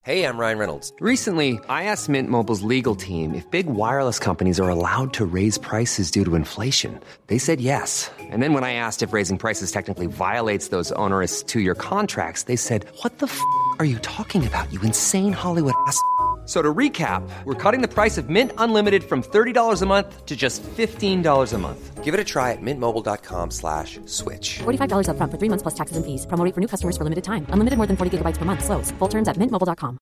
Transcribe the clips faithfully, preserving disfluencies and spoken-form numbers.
Hey, I'm Ryan Reynolds. Recently, I asked Mint Mobile's legal team if big wireless companies are allowed to raise prices due to inflation. They said yes. And then when I asked if raising prices technically violates those onerous two-year contracts, they said, what the f*** are you talking about, you insane Hollywood ass f- So to recap, we're cutting the price of Mint Unlimited from thirty dollars a month to just fifteen dollars a month. Give it a try at mintmobile.com slash switch. forty-five dollars up front for three months plus taxes and fees. Promo rate for new customers for limited time. Unlimited more than forty gigabytes per month. Slows full terms at mint mobile dot com.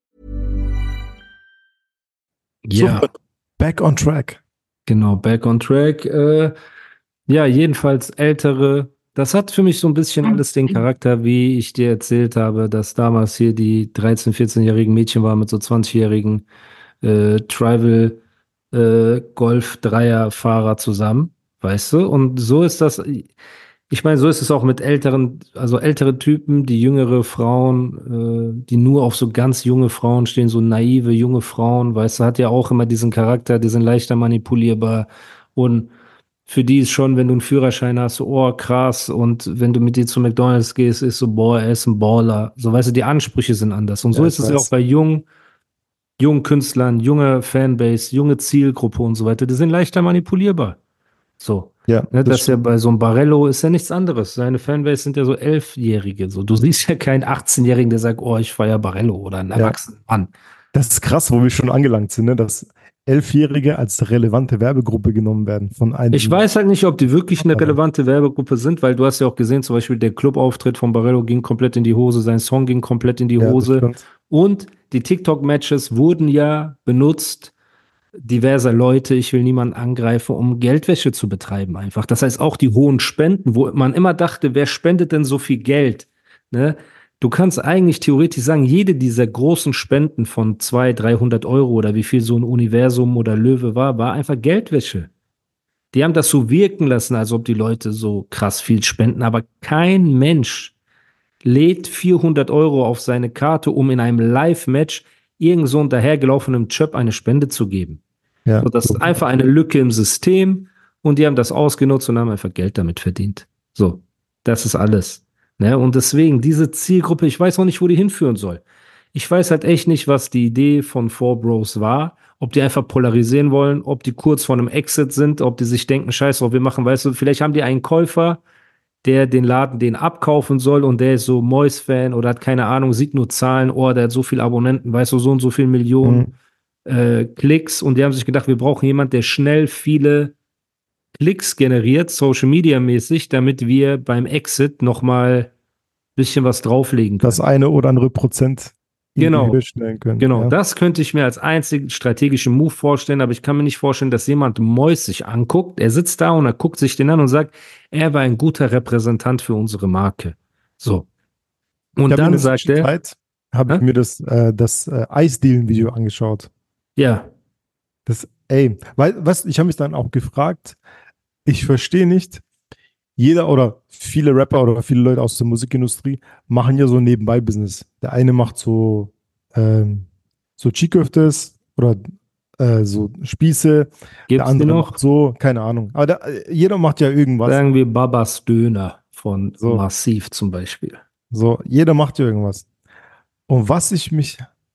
Ja, So, back on track. genau, back on track. Äh, ja, jedenfalls ältere. Das hat für mich so ein bisschen alles den Charakter, wie ich dir erzählt habe, dass damals hier die dreizehn-, vierzehn-jährigen Mädchen waren mit so zwanzig-jährigen äh, Tribal äh, Golf-Dreier-Fahrer zusammen, weißt du? Und so ist das, ich meine, so ist es auch mit älteren, also ältere Typen, die jüngere Frauen, äh, die nur auf so ganz junge Frauen stehen, so naive junge Frauen, weißt du, hat ja auch immer diesen Charakter, die sind leichter manipulierbar und für die ist schon, wenn du einen Führerschein hast, so, oh, krass. Und wenn du mit dir zu McDonald's gehst, ist so, boah, er ist ein Baller. So, weißt du, die Ansprüche sind anders. Und so Ja, ist ich es ja weiß. auch bei jungen, jungen Künstlern, junge Fanbase, junge Zielgruppe und so weiter. Die sind leichter manipulierbar. So. Ja, Ne, das das ist ja stimmt. bei so einem Barello ist ja nichts anderes. Seine Fanbase sind ja so Elfjährige. So, du siehst ja keinen achtzehnjährigen, der sagt, oh, ich feiere Barello oder einen Ja. erwachsenen Mann. Das ist krass, wo wir schon angelangt sind, ne? Dass Elfjährige als relevante Werbegruppe genommen werden von einem. Ich weiß halt nicht, ob die wirklich eine relevante Werbegruppe sind, weil du hast ja auch gesehen, zum Beispiel der Clubauftritt von Barello ging komplett in die Hose, sein Song ging komplett in die Ja, das Hose stimmt. und die TikTok-Matches wurden ja benutzt, diverser Leute, ich will niemanden angreifen, um Geldwäsche zu betreiben einfach. Das heißt auch die hohen Spenden, wo man immer dachte, wer spendet denn so viel Geld? Ne? Du kannst eigentlich theoretisch sagen, jede dieser großen Spenden von zweihundert, dreihundert Euro oder wie viel so ein Universum oder Löwe war, war einfach Geldwäsche. Die haben das so wirken lassen, als ob die Leute so krass viel spenden, aber kein Mensch lädt vierhundert Euro auf seine Karte, um in einem Live-Match irgend so einen dahergelaufenen Chöp eine Spende zu geben. Ja. So, das ist einfach eine Lücke im System und die haben das ausgenutzt und haben einfach Geld damit verdient. So, das ist alles. Ne? Und deswegen, diese Zielgruppe, ich weiß auch nicht, wo die hinführen soll. Ich weiß halt echt nicht, was die Idee von Four Bros war. Ob die einfach polarisieren wollen, ob die kurz vor einem Exit sind, ob die sich denken, scheiße, was wir machen, weißt du, vielleicht haben die einen Käufer, der den Laden den abkaufen soll und der ist so Mois-Fan oder hat keine Ahnung, sieht nur Zahlen, oh, der hat so viele Abonnenten, weißt du, so und so viele Millionen Mhm. äh, Klicks und die haben sich gedacht, wir brauchen jemanden, der schnell viele Klicks generiert, Social Media mäßig, damit wir beim Exit nochmal ein bisschen was drauflegen können. Das eine oder andere Prozent in Genau. die Höhe stellen können. Genau, Ja. das könnte ich mir als einzigen strategischen Move vorstellen, aber ich kann mir nicht vorstellen, dass jemand Mois sich anguckt. Er sitzt da und er guckt sich den an und sagt, er war ein guter Repräsentant für unsere Marke. So. Und Ich habe dann in der sagt er, Zwischenzeit habe ich Hä? mir das, äh, das äh, Eisdielen-Video angeschaut. ja, Das, ey, weil, was, ich habe mich dann auch gefragt, ich verstehe nicht, jeder oder viele Rapper oder viele Leute aus der Musikindustrie machen ja so ein Nebenbei-Business. Der eine macht so, ähm, so Chiköftes oder äh, so Spieße, der gibt's die andere noch? macht so, keine Ahnung. Aber der, äh, jeder macht ja irgendwas. Sagen wir Babas Döner von So. Massiv zum Beispiel. So, jeder macht ja irgendwas. Und was ich mich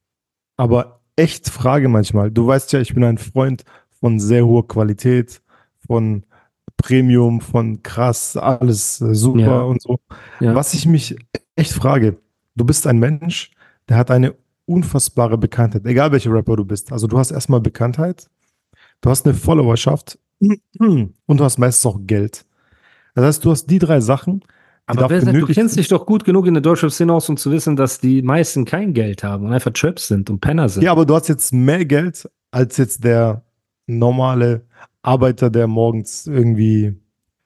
aber echt frage manchmal, du weißt ja, ich bin ein Freund von sehr hoher Qualität, von Premium, von krass, alles äh, super Ja. und so. Ja. Was ich mich echt frage, du bist ein Mensch, der hat eine unfassbare Bekanntheit, egal welcher Rapper du bist. Also du hast erstmal Bekanntheit, du hast eine Followerschaft und du hast meistens auch Geld. Das heißt, du hast die drei Sachen, die Aber dafür wer sagt, du nötig kennst sind. dich doch gut genug in der Deutschrap-Szene aus, um zu wissen, dass die meisten kein Geld haben und einfach Traps sind und Penner sind. Ja, aber du hast jetzt mehr Geld als jetzt der normale Arbeiter, der morgens irgendwie,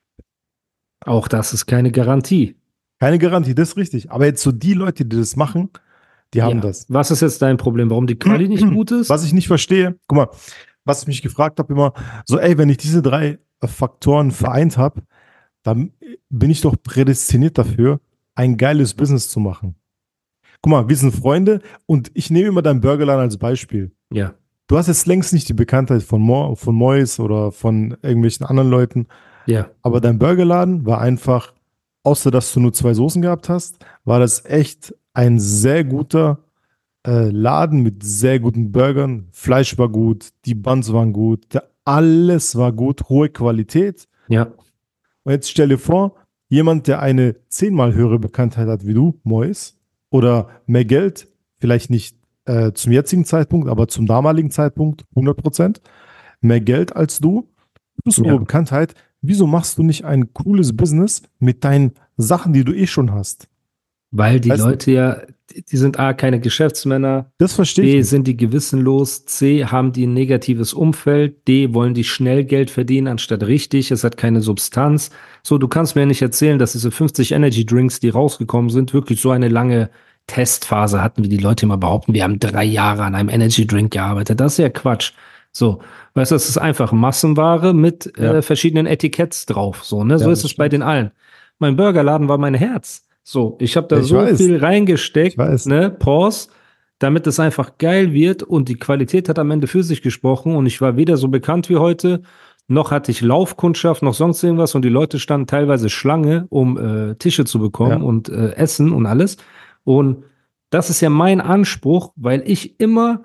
Auch das ist keine Garantie. keine Garantie, das ist richtig. Aber jetzt so die Leute, die das machen, die haben Ja. das. Was ist jetzt dein Problem? Warum die Quali nicht gut ist? Was ich nicht verstehe, guck mal, was ich mich gefragt habe immer, so ey, wenn ich diese drei äh, Faktoren vereint habe, dann bin ich doch prädestiniert dafür, ein geiles Business zu machen. Guck mal, wir sind Freunde und ich nehme immer deinen Burgerladen als Beispiel. Ja. Du hast jetzt längst nicht die Bekanntheit von, Mo von Mois oder von irgendwelchen anderen Leuten, Ja. aber dein Burgerladen war einfach, außer dass du nur zwei Soßen gehabt hast, war das echt ein sehr guter äh, Laden mit sehr guten Burgern. Fleisch war gut, die Buns waren gut, der, alles war gut, hohe Qualität. Ja. Und jetzt stell dir vor, jemand, der eine zehnmal höhere Bekanntheit hat wie du, Mois, oder mehr Geld, vielleicht nicht äh, zum jetzigen Zeitpunkt, aber zum damaligen Zeitpunkt hundert Prozent, mehr Geld als du, plus Ja. hohe Bekanntheit, wieso machst du nicht ein cooles Business mit deinen Sachen, die du eh schon hast? Weil die Weißt du? Leute ja, die die sind A, keine Geschäftsmänner, Das verstehe ich B, nicht. sind die gewissenlos, C, haben die ein negatives Umfeld, D, wollen die schnell Geld verdienen, anstatt richtig, es hat keine Substanz. So, du kannst mir nicht erzählen, dass diese fünfzig Energy Drinks, die rausgekommen sind, wirklich so eine lange Testphase hatten, wie die Leute immer behaupten, wir haben drei Jahre an einem Energy Drink gearbeitet. Das ist ja Quatsch. So, weißt du, das ist einfach Massenware mit Ja. äh, verschiedenen Etiketts drauf. So, ne? So Ja, ist das es bei den allen. Mein Burgerladen war mein Herz. So, ich habe da Ich so weiß. viel reingesteckt, Ich weiß. ne, Pause, damit es einfach geil wird und die Qualität hat am Ende für sich gesprochen und ich war weder so bekannt wie heute, noch hatte ich Laufkundschaft, noch sonst irgendwas und die Leute standen teilweise Schlange, um äh, Tische zu bekommen Ja. und äh, Essen und alles. Und das ist ja mein Anspruch, weil ich immer,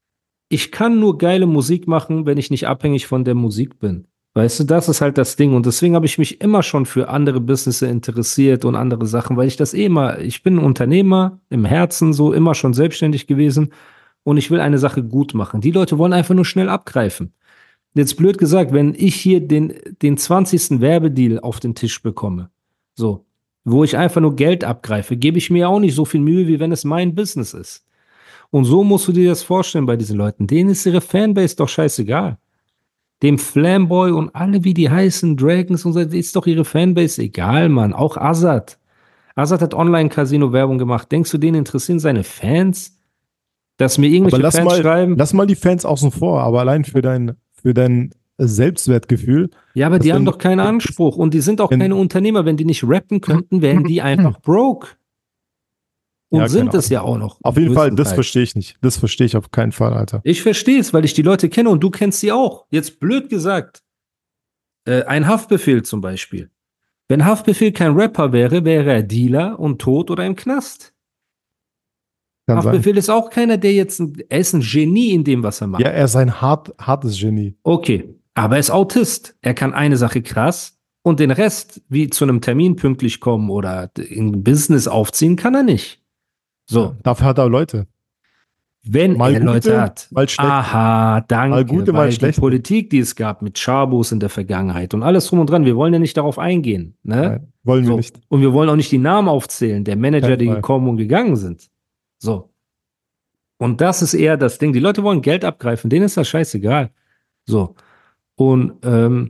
ich kann nur geile Musik machen, wenn ich nicht abhängig von der Musik bin. Weißt du, das ist halt das Ding. Und deswegen habe ich mich immer schon für andere Businesses interessiert und andere Sachen, weil ich das eh immer, ich bin ein Unternehmer im Herzen, so immer schon selbstständig gewesen und ich will eine Sache gut machen. Die Leute wollen einfach nur schnell abgreifen. Jetzt blöd gesagt, wenn ich hier den, den zwanzigsten Werbedeal auf den Tisch bekomme, so, wo ich einfach nur Geld abgreife, gebe ich mir auch nicht so viel Mühe, wie wenn es mein Business ist. Und so musst du dir das vorstellen bei diesen Leuten. Denen ist ihre Fanbase doch scheißegal. Dem Flamboy und alle, wie die heißen, Dragons und so, ist doch ihre Fanbase egal, Mann. Auch Azad. Azad hat Online-Casino-Werbung gemacht. Denkst du, denen interessieren seine Fans? Dass mir Aber irgendwelche lass Fans mal, schreiben? lass mal die Fans außen vor, aber allein für dein, für dein Selbstwertgefühl. Ja, aber dass die haben wenn- doch keinen Anspruch und die sind auch wenn- keine Unternehmer. Wenn die nicht rappen könnten, wären die einfach broke. Und Ja, sind keine es ja auch noch. Auf jeden Fall, das größtenteils. verstehe ich nicht. Das verstehe ich auf keinen Fall, Alter. Ich verstehe es, weil ich die Leute kenne und du kennst sie auch. Jetzt blöd gesagt. Äh, ein Haftbefehl zum Beispiel. Wenn Haftbefehl kein Rapper wäre, wäre er Dealer und tot oder im Knast. Kann sein. Haftbefehl ist auch keiner, der jetzt, ein, er ist ein Genie in dem, was er macht. Ja, er ist ein hart, hartes Genie. Okay, aber er ist Autist. Er kann eine Sache krass und den Rest, wie zu einem Termin pünktlich kommen oder ein Business aufziehen, kann er nicht. So, Dafür hat er Leute. wenn Mal er gute, Leute hat. mal schlechte. Aha, danke. Mal gute, mal weil schlechte. Die Politik, die es gab mit Chabos in der Vergangenheit und alles drum und dran, wir wollen ja nicht darauf eingehen. Ne? Nein, wollen wir So. nicht. Und wir wollen auch nicht die Namen aufzählen, der Manager, Kein die Fall. gekommen und gegangen sind. So. Und das ist eher das Ding. Die Leute wollen Geld abgreifen, denen ist das scheißegal. So. Und ähm,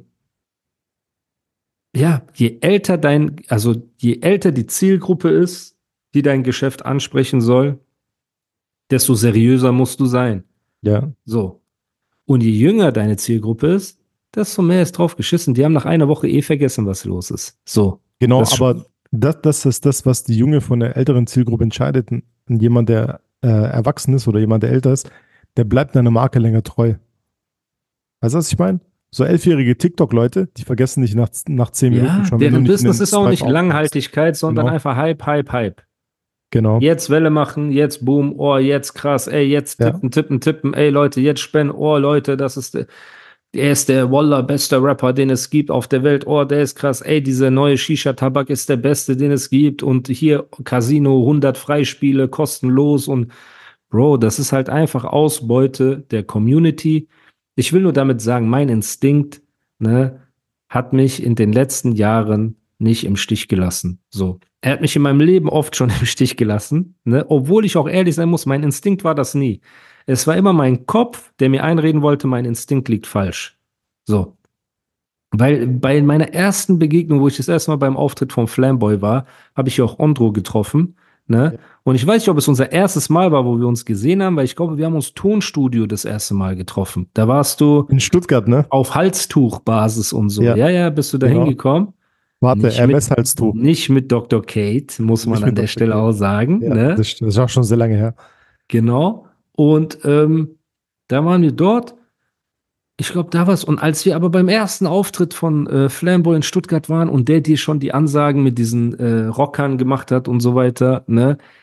ja, je älter dein, also je älter die Zielgruppe ist, die dein Geschäft ansprechen soll, desto seriöser musst du sein. Ja. So. Und je jünger deine Zielgruppe ist, desto mehr ist drauf geschissen. Die haben nach einer Woche eh vergessen, was los ist. So. Genau, Das- aber das, das ist das, was die Junge von der älteren Zielgruppe entscheidet. Und jemand, der äh, erwachsen ist oder jemand, der älter ist, der bleibt einer Marke länger treu. Weißt du, was ich meine? So elfjährige TikTok-Leute, die vergessen dich nach, nach zehn Minuten Ja, schon. wenn du deren nicht in Business den ist auch Swipe nicht aufmachst. Langhaltigkeit, sondern Genau. einfach Hype, Hype, Hype. Genau. Jetzt Welle machen, jetzt Boom, oh, jetzt krass, ey, jetzt Ja. tippen, tippen, tippen, ey, Leute, jetzt spenden, oh, Leute, das ist der, er ist der Wallah beste Rapper, den es gibt auf der Welt, oh, der ist krass, ey, dieser neue Shisha-Tabak ist der beste, den es gibt und hier Casino, hundert Freispiele, kostenlos und Bro, das ist halt einfach Ausbeute der Community. Ich will nur damit sagen, mein Instinkt, ne, hat mich in den letzten Jahren nicht im Stich gelassen. So. Er hat mich in meinem Leben oft schon im Stich gelassen, ne, obwohl ich auch ehrlich sein muss, mein Instinkt war das nie. Es war immer mein Kopf, der mir einreden wollte, mein Instinkt liegt falsch. So. Weil bei meiner ersten Begegnung, wo ich das erste Mal beim Auftritt vom Flamboy war, habe ich ja auch Ondro getroffen. Ne? Ja. Und ich weiß nicht, ob es unser erstes Mal war, wo wir uns gesehen haben, weil ich glaube, wir haben uns Tonstudio das erste Mal getroffen. Da warst du In Stuttgart, ne? auf Halstuchbasis und so. Ja. Ja, ja, bist du da Genau. hingekommen? Warte, Nicht R M mit- S-Halstuch. Nicht mit Doktor Kate, muss man Nicht an mit der Doktor Stelle Kate. auch sagen. Ja, Ne? das, stimmt. Das ist auch schon sehr lange her. Genau. Und ähm, da waren wir dort. Ich glaube, da war's. Und als wir aber beim ersten Auftritt von äh, Flamboy in Stuttgart waren und der dir schon die Ansagen mit diesen äh, Rockern gemacht hat und so weiter, ne?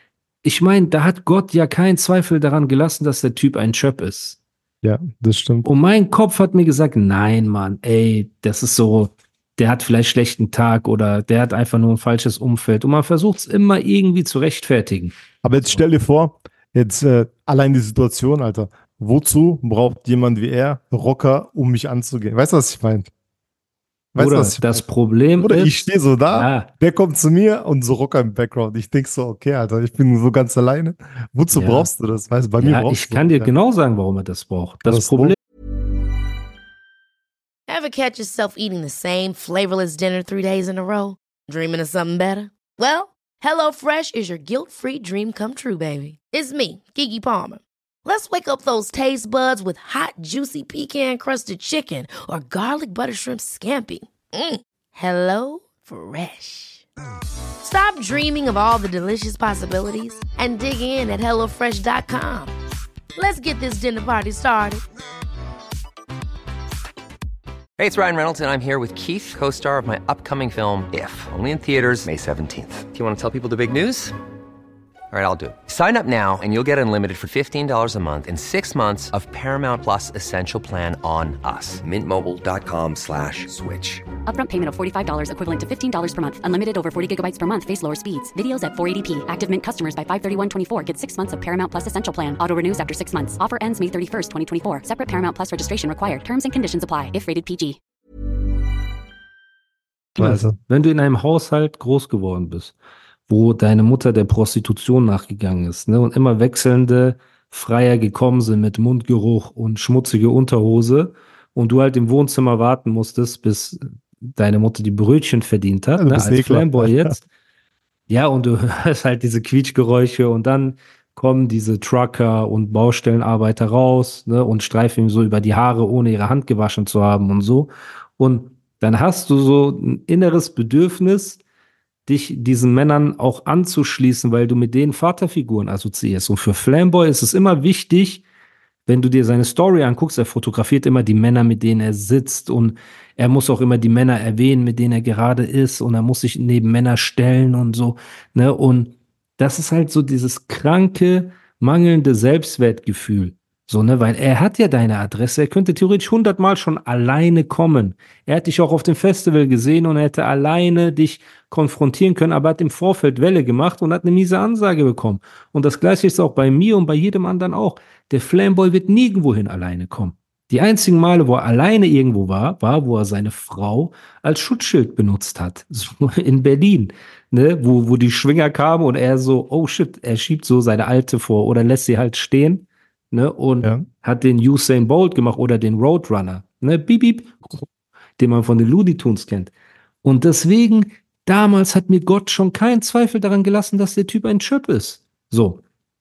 ich meine, da hat Gott ja keinen Zweifel daran gelassen, dass der Typ ein Chöp ist. Ja, das stimmt. Und mein Kopf hat mir gesagt, nein, Mann, ey, das ist so, der hat vielleicht einen schlechten Tag oder der hat einfach nur ein falsches Umfeld. Und man versucht es immer irgendwie zu rechtfertigen. Aber jetzt stell dir vor, jetzt äh, allein die Situation, Alter. Wozu braucht jemand wie er Rocker, um mich anzugehen? Weißt du, was ich meine? Weißt Oder du, was ich das mein? Problem Oder ist, ich stehe so da, ja, der kommt zu mir und so Rocker im Background. Ich denk so, okay, Alter, ich bin so ganz alleine. Wozu Ja. brauchst du das? Weißt du, bei mir ja, brauchst ich du kann das dir ja. genau sagen, warum er das braucht. Das Das Problem Ever catch yourself eating the same flavorless dinner three days in a row? Dreaming of something better? Well, HelloFresh is your guilt-free dream come true, baby. It's me, Keke Palmer. Let's wake up those taste buds with hot, juicy pecan-crusted chicken or garlic butter shrimp scampi. Mm. Hello Fresh. Stop dreaming of all the delicious possibilities and dig in at hello fresh dot com. Let's get this dinner party started. Hey, it's Ryan Reynolds, and I'm here with Keith, co-star of my upcoming film, If, only in theaters May seventeenth. Do you want to tell people the big news? All right, I'll do it. Sign up now and you'll get unlimited for fifteen dollars a month and six months of Paramount Plus Essential Plan on us. Mint Mobile dot com slash switch. Upfront payment of forty-five dollars equivalent to fifteen dollars per month. Unlimited over forty gigabytes per month. Face lower speeds. Videos at four eighty p. Active Mint customers by five thirty-one twenty-four get six months of Paramount Plus Essential Plan. Auto renews after six months. Offer ends May thirty-first, twenty twenty-four. Separate Paramount Plus registration required. Terms and conditions apply if rated P G. Also, wenn du in einem Haushalt groß geworden bist, wo deine Mutter der Prostitution nachgegangen ist, ne, und immer wechselnde Freier gekommen sind mit Mundgeruch und schmutzige Unterhose und du halt im Wohnzimmer warten musstest, bis deine Mutter die Brötchen verdient hat, Ja, du ne, bist als Eklat. Flamboy jetzt. Ja, und du hörst halt diese Quietschgeräusche und dann kommen diese Trucker und Baustellenarbeiter raus, ne, und streifen ihm so über die Haare, ohne ihre Hand gewaschen zu haben und so. Und dann hast du so ein inneres Bedürfnis, dich diesen Männern auch anzuschließen, weil du mit denen Vaterfiguren assoziierst. Und für Flamboy ist es immer wichtig, wenn du dir seine Story anguckst, er fotografiert immer die Männer, mit denen er sitzt, und er muss auch immer die Männer erwähnen, mit denen er gerade ist, und er muss sich neben Männer stellen und so, ne? Und das ist halt so dieses kranke, mangelnde Selbstwertgefühl. So, ne, weil er hat ja deine Adresse, er könnte theoretisch hundertmal schon alleine kommen. Er hat dich auch auf dem Festival gesehen und er hätte alleine dich konfrontieren können, aber hat im Vorfeld Welle gemacht und hat eine miese Ansage bekommen. Und das Gleiche ist auch bei mir und bei jedem anderen auch. Der Flamboy wird nirgendwohin alleine kommen. Die einzigen Male, wo er alleine irgendwo war, war, wo er seine Frau als Schutzschild benutzt hat. So in Berlin, ne, wo, wo die Schwinger kamen und er so, oh shit, er schiebt so seine Alte vor oder lässt sie halt stehen. Ne, und Ja. hat den Usain Bolt gemacht oder den Roadrunner, ne, beep, beep, den man von den Looney Tunes kennt. Und deswegen, damals hat mir Gott schon keinen Zweifel daran gelassen, dass der Typ ein Chöp ist. So.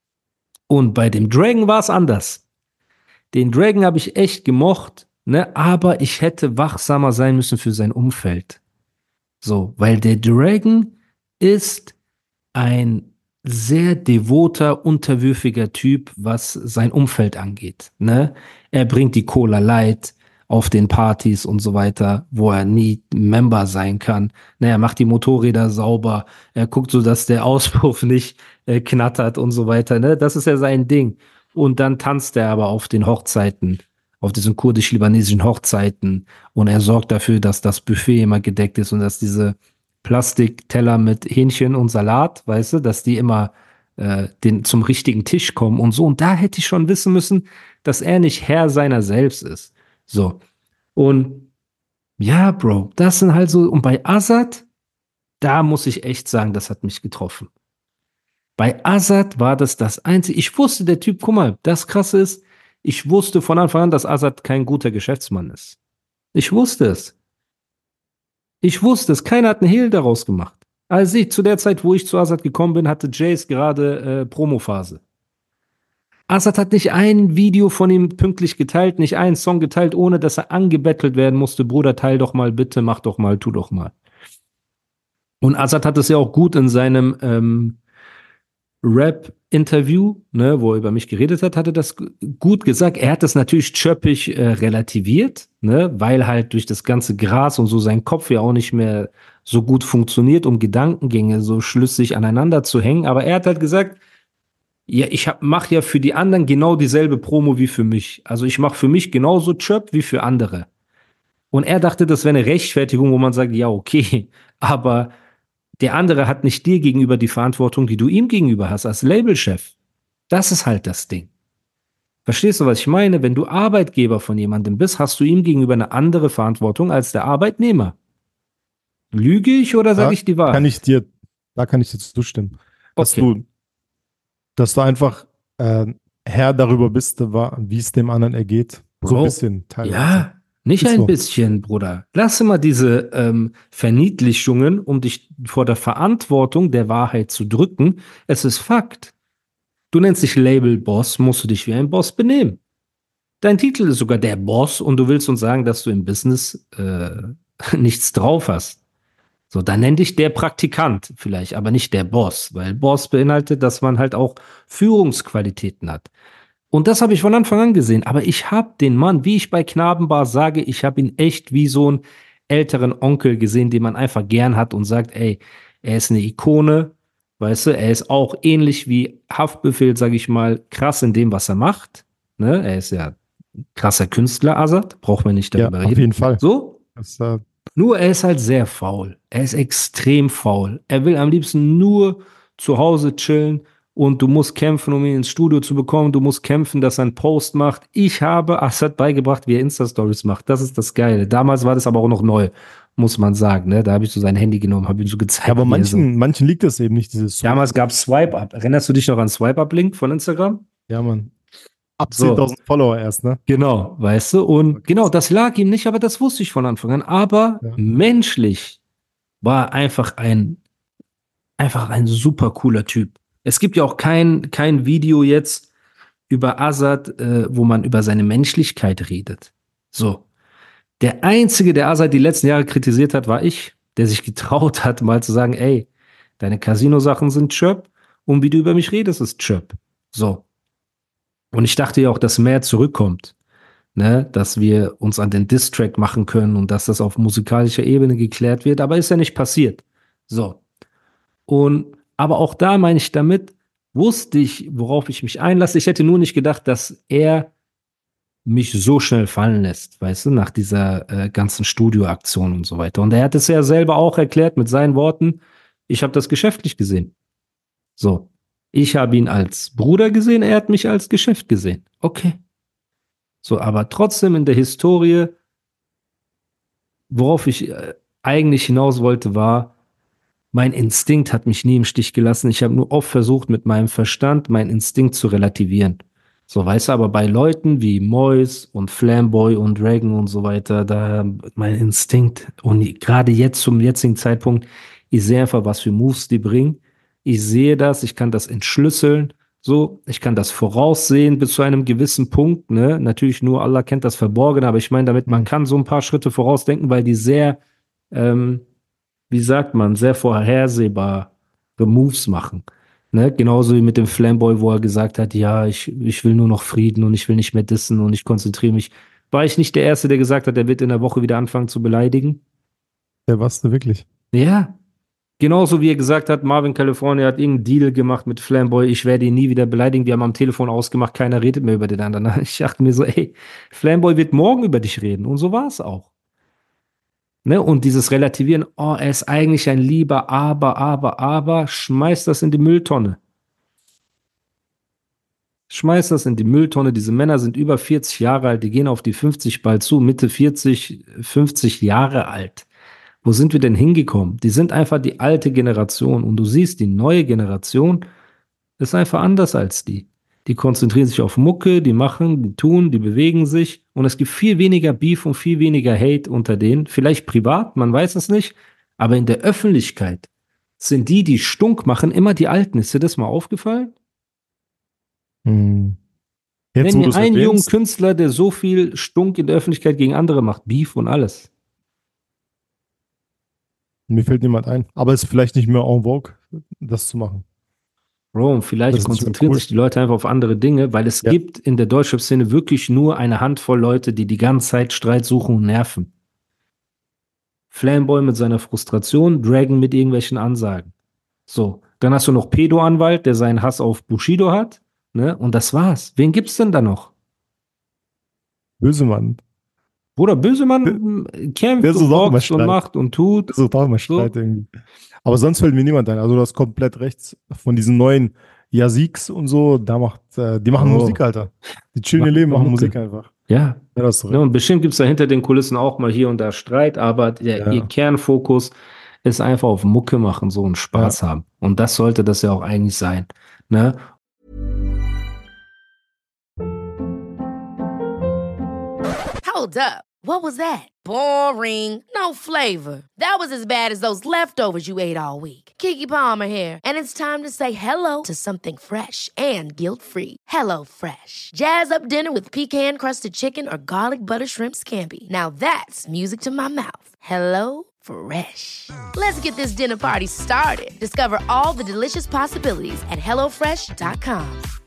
Und bei dem Dragon war es anders. Den Dragon habe ich echt gemocht, ne, aber ich hätte wachsamer sein müssen für sein Umfeld. So, weil der Dragon ist ein sehr devoter, unterwürfiger Typ, was sein Umfeld angeht, ne? Er bringt die Cola Light auf den Partys und so weiter, wo er nie Member sein kann. Ne, er macht die Motorräder sauber, er guckt so, dass der Auspuff nicht äh, knattert und so weiter, ne? Das ist ja sein Ding. Und dann tanzt er aber auf den Hochzeiten, auf diesen kurdisch-libanesischen Hochzeiten, und er sorgt dafür, dass das Buffet immer gedeckt ist und dass diese Plastikteller mit Hähnchen und Salat, weißt du, dass die immer äh, den, zum richtigen Tisch kommen und so. Und da hätte ich schon wissen müssen, dass er nicht Herr seiner selbst ist. So. Und ja, Bro, das sind halt so, und bei Azad, da muss ich echt sagen, das hat mich getroffen. Bei Azad war das das Einzige. Ich wusste, der Typ, guck mal, das Krasse ist, ich wusste von Anfang an, dass Azad kein guter Geschäftsmann ist. Ich wusste es. Ich wusste es. Keiner hat einen Hehl daraus gemacht. Also ich, zu der Zeit, wo ich zu Azad gekommen bin, hatte Jace gerade äh, Promophase. Azad hat nicht ein Video von ihm pünktlich geteilt, nicht einen Song geteilt, ohne dass er angebettelt werden musste. Bruder, teil doch mal bitte, mach doch mal, tu doch mal. Und Azad hat es ja auch gut in seinem ähm, Rap-Interview, ne, wo er über mich geredet hat, hatte das g- gut gesagt. Er hat das natürlich chöppig äh, relativiert, ne, weil halt durch das ganze Gras und so sein Kopf ja auch nicht mehr so gut funktioniert, um Gedankengänge so schlüssig aneinander zu hängen. Aber er hat halt gesagt, Ja, ich mache ja für die anderen genau dieselbe Promo wie für mich. Also ich mache für mich genauso Chöp wie für andere. Und er dachte, das wäre eine Rechtfertigung, wo man sagt, ja, okay, aber der andere hat nicht dir gegenüber die Verantwortung, die du ihm gegenüber hast als Labelchef. Das ist halt das Ding. Verstehst du, was ich meine? Wenn du Arbeitgeber von jemandem bist, hast du ihm gegenüber eine andere Verantwortung als der Arbeitnehmer. Lüge ich oder sage Da ich die kann Wahrheit? ich dir, da kann ich dir zustimmen, dass Okay. du, dass du einfach äh, Herr darüber bist, wa- wie es dem anderen ergeht. So ein Bro, bisschen teilweise. ja, nicht Ist ein so. bisschen, Bruder. Lass mal diese ähm, Verniedlichungen, um dich vor der Verantwortung der Wahrheit zu drücken. Es ist Fakt. Du nennst dich Label-Boss, musst du dich wie ein Boss benehmen. Dein Titel ist sogar der Boss und du willst uns sagen, dass du im Business äh, nichts drauf hast. So, dann nenn dich der Praktikant vielleicht, aber nicht der Boss, weil Boss beinhaltet, dass man halt auch Führungsqualitäten hat. Und das habe ich von Anfang an gesehen. Aber ich habe den Mann, wie ich bei Knabenbar sage, ich habe ihn echt wie so einen älteren Onkel gesehen, den man einfach gern hat und sagt, ey, er ist eine Ikone, weißt du, er ist auch ähnlich wie Haftbefehl, sage ich mal, krass in dem, was er macht. Ne? Er ist ja ein krasser Künstler, Azad, braucht man nicht Ja, darüber auf reden. jeden Fall. So, Das, äh, nur er ist halt sehr faul. Er ist extrem faul. Er will am liebsten nur zu Hause chillen und du musst kämpfen, um ihn ins Studio zu bekommen. Du musst kämpfen, dass er einen Post macht. Ich habe Assad beigebracht, wie er Insta-Stories macht. Das ist das Geile. Damals war das aber auch noch neu, muss man sagen. Ne? Da habe ich so sein Handy genommen, habe ihm so gezeigt. ja, aber wie er so. manchen, manchen liegt das eben nicht, dieses Damals gab es Swipe-Up. Erinnerst du dich noch an Swipe-Up-Link von Instagram? Ja, Mann. Ab So. zehntausend Follower erst, ne? Genau, weißt du? Und genau, das lag ihm nicht, aber das wusste ich von Anfang an. Aber Ja. menschlich war einfach ein, einfach ein super cooler Typ. Es gibt ja auch kein, kein Video jetzt über Azad, äh, wo man über seine Menschlichkeit redet. So. Der Einzige, der Azad die letzten Jahre kritisiert hat, war ich, der sich getraut hat, mal zu sagen, ey, deine Casino-Sachen sind Chöp und wie du über mich redest, ist Chöp. So. Und ich dachte ja auch, dass mehr zurückkommt. Ne, dass wir uns an den Diss-Track machen können und dass das auf musikalischer Ebene geklärt wird, aber ist ja nicht passiert. So. Und, aber auch da meine ich damit, wusste ich, worauf ich mich einlasse. Ich hätte nur nicht gedacht, dass er mich so schnell fallen lässt, weißt du, nach dieser äh, ganzen Studioaktion und so weiter. Und er hat es ja selber auch erklärt mit seinen Worten, ich habe das geschäftlich gesehen. So. Ich habe ihn als Bruder gesehen, er hat mich als Geschäft gesehen. Okay. So, aber trotzdem in der Historie, worauf ich äh, eigentlich hinaus wollte, war, mein Instinkt hat mich nie im Stich gelassen. Ich habe nur oft versucht, mit meinem Verstand meinen Instinkt zu relativieren. So, weißt du, aber bei Leuten wie Mois und Flamboy und Dragon und so weiter, da mein Instinkt, und gerade jetzt zum jetzigen Zeitpunkt, ich sehe einfach, was für Moves die bringen. Ich sehe das, ich kann das entschlüsseln. So, ich kann das voraussehen bis zu einem gewissen Punkt, ne? Natürlich nur Allah kennt das Verborgene, aber ich meine damit, man kann so ein paar Schritte vorausdenken, weil die sehr, ähm, wie sagt man, sehr vorhersehbare Moves machen. Ne? Genauso wie mit dem Flamboy, wo er gesagt hat, ja, ich, ich will nur noch Frieden und ich will nicht mehr dissen und ich konzentriere mich. War ich nicht der Erste, der gesagt hat, er wird in der Woche wieder anfangen zu beleidigen? Der warst du wirklich. Ja. Genauso wie er gesagt hat, Marvin California hat irgendeinen Deal gemacht mit Flamboy, ich werde ihn nie wieder beleidigen, wir haben am Telefon ausgemacht, keiner redet mehr über den anderen. Ich dachte mir so, ey, Flamboy wird morgen über dich reden. Und so war es auch. Ne? Und dieses Relativieren, oh, er ist eigentlich ein Lieber, aber, aber, aber, schmeiß das in die Mülltonne. Schmeiß das in die Mülltonne. Diese Männer sind über vierzig Jahre alt, die gehen auf die fünfzig bald zu, Mitte vierzig, fünfzig Jahre alt. Wo sind wir denn hingekommen? Die sind einfach die alte Generation und du siehst, die neue Generation ist einfach anders als die. Die konzentrieren sich auf Mucke, die machen, die tun, die bewegen sich und es gibt viel weniger Beef und viel weniger Hate unter denen. Vielleicht privat, man weiß es nicht, aber in der Öffentlichkeit sind die, die Stunk machen, immer die Alten. Ist dir das mal aufgefallen? Hm. Jetzt, Nenn wo mir du's einen jungen erwähnst, Künstler, der so viel Stunk in der Öffentlichkeit gegen andere macht, Beef und alles. mir fällt niemand ein. Aber es ist vielleicht nicht mehr en vogue, das zu machen. Bro, und Das vielleicht ist nicht mehr konzentrieren cool. sich die Leute einfach auf andere Dinge, weil es Ja. gibt in der Deutschrap-Szene wirklich nur eine Handvoll Leute, die die ganze Zeit Streit suchen und nerven. Flamboy mit seiner Frustration, Dragon mit irgendwelchen Ansagen. So, Dann hast du noch Pedo-Anwalt, der seinen Hass auf Bushido hat. Ne? Und das war's. Wen gibt's denn da noch? Bösemann. Bruder, Bösemann kämpft und boxt und macht und tut. Das ist auch mal Streit so. Irgendwie. Aber sonst fällt mir niemand ein. Also du hast komplett rechts von diesen neuen Yaziks und so. Da macht, äh, die machen oh. Musik, Alter. Die chillen ihr Leben, machen Musik einfach. Ja. Ja, das ja, und bestimmt gibt es da hinter den Kulissen auch mal hier und da Streit, aber der, ja. ihr Kernfokus ist einfach auf Mucke machen, so einen Spaß ja. haben. Und das sollte das ja auch eigentlich sein. Ne? Hold up. What was that? Boring. No flavor. That was as bad as those leftovers you ate all week. Keke Palmer here, and it's time to say hello to something fresh and guilt-free. Hello Fresh. Jazz up dinner with pecan-crusted chicken or garlic butter shrimp scampi. Now that's music to my mouth. Hello Fresh. Let's get this dinner party started. Discover all the delicious possibilities at hello fresh dot com.